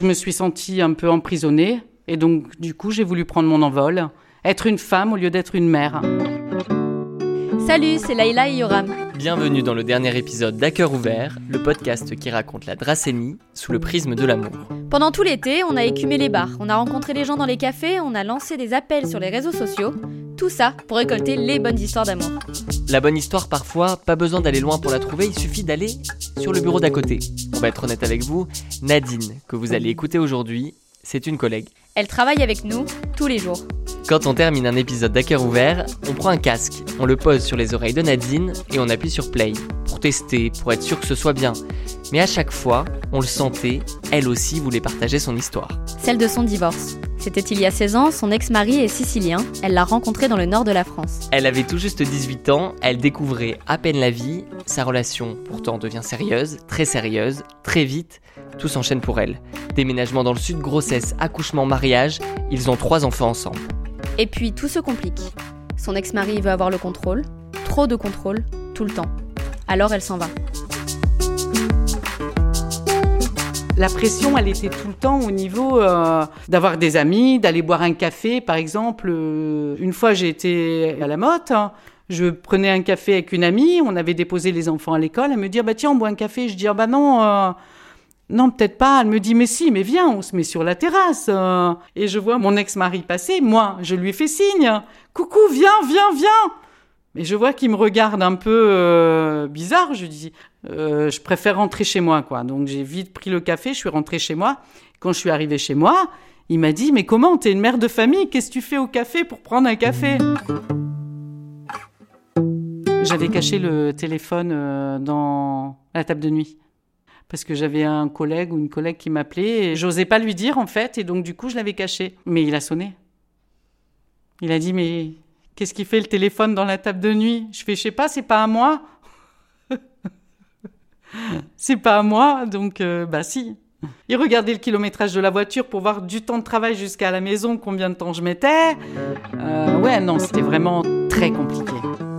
Je me suis sentie un peu emprisonnée et donc du coup j'ai voulu prendre mon envol, être une femme au lieu d'être une mère. Salut, c'est Laïla et Yoram. Bienvenue dans le dernier épisode d'À cœur ouvert, le podcast qui raconte la Dracénie sous le prisme de l'amour. Pendant tout l'été, on a écumé les bars, on a rencontré les gens dans les cafés, on a lancé des appels sur les réseaux sociaux. Tout ça pour récolter les bonnes histoires d'amour. La bonne histoire, parfois, pas besoin d'aller loin pour la trouver, il suffit d'aller sur le bureau d'à côté. On va être honnête avec vous, Nadine, que vous allez écouter aujourd'hui, c'est une collègue. Elle travaille avec nous tous les jours. Quand on termine un épisode d'À cœur ouvert, on prend un casque, on le pose sur les oreilles de Nadine et on appuie sur play, pour tester, pour être sûr que ce soit bien. Mais à chaque fois, on le sentait, elle aussi voulait partager son histoire. Celle de son divorce. C'était il y a 16 ans, son ex-mari est sicilien, elle l'a rencontré dans le nord de la France. Elle avait tout juste 18 ans, elle découvrait à peine la vie, sa relation pourtant devient sérieuse, très vite, tout s'enchaîne pour elle. Déménagement dans le sud, grossesse, accouchement, mariage, ils ont 3 enfants ensemble. Et puis tout se complique. Son ex-mari veut avoir le contrôle, trop de contrôle, tout le temps. Alors elle s'en va. La pression, elle était tout le temps au niveau d'avoir des amis, d'aller boire un café, par exemple. Une fois, j'ai été à la Motte, je prenais un café avec une amie, on avait déposé les enfants à l'école, elle me dit « tiens, on boit un café ». Je dis « non, non, peut-être pas ». Elle me dit « mais si, mais viens, on se met sur la terrasse ». Et je vois mon ex-mari passer, moi, je lui fais signe « coucou, viens ». Mais je vois qu'il me regarde un peu bizarre, je dis je préfère rentrer chez moi, quoi. Donc j'ai vite pris le café, je suis rentrée chez moi. Quand je suis arrivée chez moi, il m'a dit mais comment, t'es une mère de famille, qu'est-ce que tu fais au café pour prendre un café ? J'avais caché le téléphone dans la table de nuit parce que j'avais un collègue ou une collègue qui m'appelait et j'osais pas lui dire en fait et donc du coup je l'avais caché. Mais il a sonné. Il a dit mais qu'est-ce qui fait le téléphone dans la table de nuit ? Je fais, je sais pas, c'est pas à moi. C'est pas à moi, donc si. Il regardait le kilométrage de la voiture pour voir du temps de travail jusqu'à la maison, combien de temps je mettais. Non, c'était vraiment très compliqué.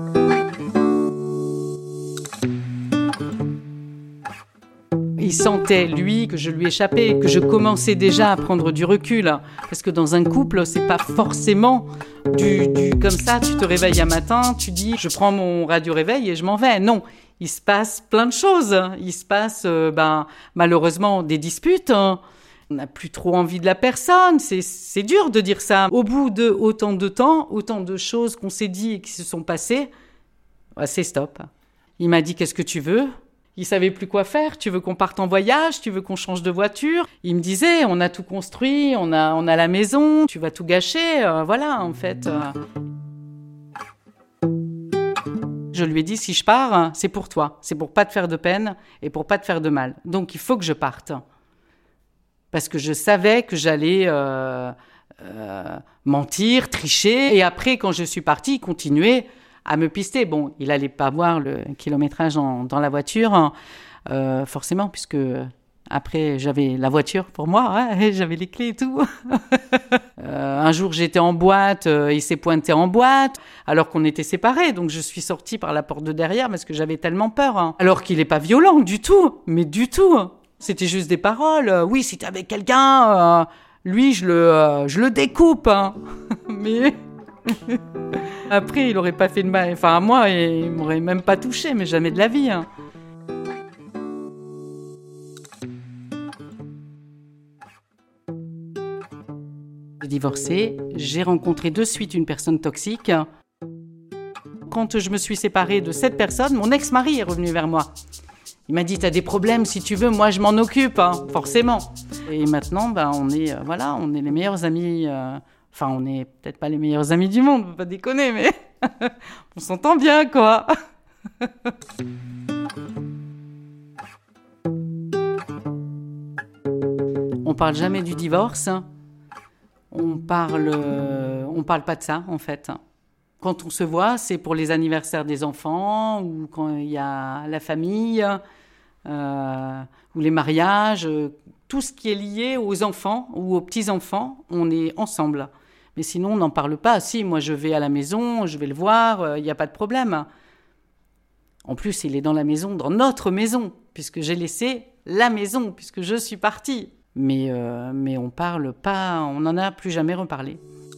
Il sentait, lui, que je lui échappais, que je commençais déjà à prendre du recul. Parce que dans un couple, c'est pas forcément du comme ça, tu te réveilles un matin, tu dis, je prends mon radio-réveil et je m'en vais. Non, il se passe plein de choses. Il se passe, malheureusement, des disputes. On n'a plus trop envie de la personne. C'est dur de dire ça. Au bout de autant de temps, autant de choses qu'on s'est dit et qui se sont passées, c'est stop. Il m'a dit, qu'est-ce que tu veux ? Il savait plus quoi faire. Tu veux qu'on parte en voyage ? Tu veux qu'on change de voiture ? Il me disait, on a tout construit, on a la maison, tu vas tout gâcher. Voilà, en fait. Je lui ai dit, si je pars, c'est pour toi. C'est pour pas te faire de peine et pour pas te faire de mal. Donc, il faut que je parte. Parce que je savais que j'allais mentir, tricher. Et après, quand je suis partie, continuer à me pister. Bon, il allait pas voir le kilométrage dans la voiture, forcément, puisque après, j'avais la voiture pour moi, j'avais les clés et tout. Un jour, j'étais en boîte, il s'est pointé en boîte, alors qu'on était séparés. Donc, je suis sortie par la porte de derrière parce que j'avais tellement peur. Alors qu'il est pas violent du tout, mais du tout. C'était juste des paroles. Oui, si t'es avec quelqu'un, lui, je le découpe. Mais... Après, il aurait pas fait de mal. Enfin, à moi, il m'aurait même pas touché, mais jamais de la vie. J'ai divorcé, j'ai rencontré de suite une personne toxique. Quand je me suis séparée de cette personne, mon ex-mari est revenu vers moi. Il m'a dit, t'as des problèmes, si tu veux, moi je m'en occupe, forcément. Et maintenant, on est les meilleurs amis. Enfin, on n'est peut-être pas les meilleurs amis du monde, faut pas déconner, mais on s'entend bien, quoi. On parle jamais du divorce. On parle pas de ça, en fait. Quand on se voit, c'est pour les anniversaires des enfants ou quand il y a la famille ou les mariages. Tout ce qui est lié aux enfants ou aux petits-enfants, on est ensemble. Mais sinon, on n'en parle pas. Si, moi, je vais à la maison, je vais le voir, il n'y a pas de problème. En plus, il est dans la maison, dans notre maison, puisque j'ai laissé la maison, puisque je suis partie. Mais on parle pas, on n'en a plus jamais reparlé.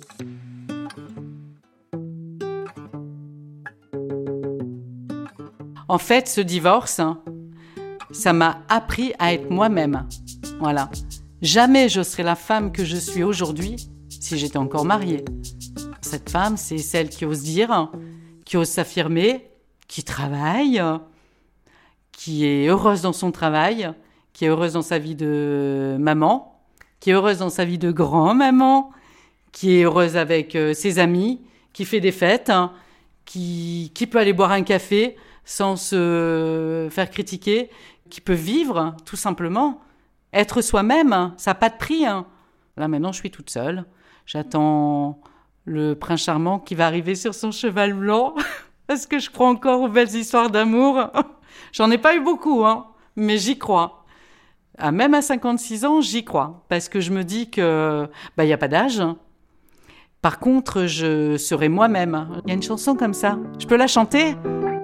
En fait, ce divorce, ça m'a appris à être moi-même. Voilà. Jamais je serais la femme que je suis aujourd'hui si j'étais encore mariée. Cette femme, c'est celle qui ose dire, qui ose s'affirmer, qui travaille, qui est heureuse dans son travail, qui est heureuse dans sa vie de maman, qui est heureuse dans sa vie de grand-maman, qui est heureuse avec ses amis, qui fait des fêtes, qui peut aller boire un café sans se faire critiquer, qui peut vivre, tout simplement. Être soi-même, ça n'a pas de prix. Là, maintenant, je suis toute seule. J'attends le prince charmant qui va arriver sur son cheval blanc, parce que je crois encore aux belles histoires d'amour. J'en ai pas eu beaucoup, mais j'y crois. Même à 56 ans, j'y crois, parce que je me dis que y a pas d'âge. Par contre, je serai moi-même. Il y a une chanson comme ça. Je peux la chanter ?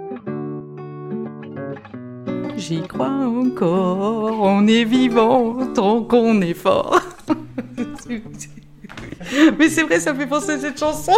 J'y crois encore, on est vivant tant qu'on est fort. Mais c'est vrai, ça fait penser à cette chanson.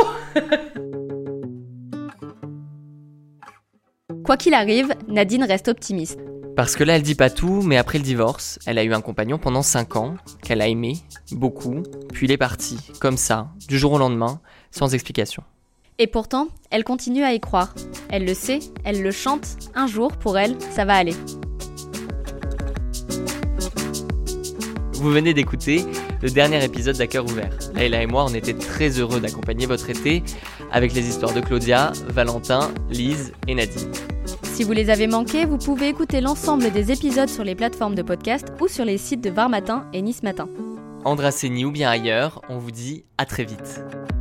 Quoi qu'il arrive, Nadine reste optimiste. Parce que là, elle dit pas tout, mais après le divorce, elle a eu un compagnon pendant 5 ans, qu'elle a aimé, beaucoup, puis il est parti, comme ça, du jour au lendemain, sans explication. Et pourtant, elle continue à y croire. Elle le sait, elle le chante. Un jour, pour elle, ça va aller. Vous venez d'écouter le dernier épisode d'À cœur ouvert. Laïla et moi, on était très heureux d'accompagner votre été avec les histoires de Claudia, Valentin, Lise et Nadine. Si vous les avez manqués, vous pouvez écouter l'ensemble des épisodes sur les plateformes de podcast ou sur les sites de Var Matin et Nice Matin. Andrasseni ou bien ailleurs, on vous dit à très vite.